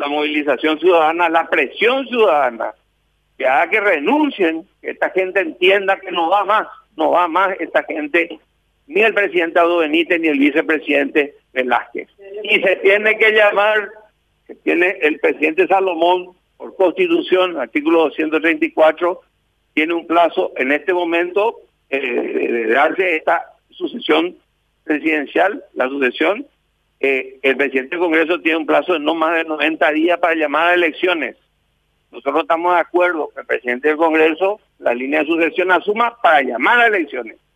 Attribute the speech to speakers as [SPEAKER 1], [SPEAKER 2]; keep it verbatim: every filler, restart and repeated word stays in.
[SPEAKER 1] la movilización ciudadana, la presión ciudadana, que haga que renuncien, que esta gente entienda que no va más, no va más esta gente, ni el presidente Abdo Benítez ni el vicepresidente Velázquez. Y se tiene que llamar, que tiene el presidente Salomón, por Constitución, artículo doscientos treinta y cuatro, tiene un plazo en este momento eh, de darse esta sucesión presidencial, la sucesión. Eh, el presidente del Congreso tiene un plazo de no más de noventa días para llamar a elecciones. Nosotros estamos de acuerdo que el presidente del Congreso, la línea de sucesión asuma para llamar a elecciones.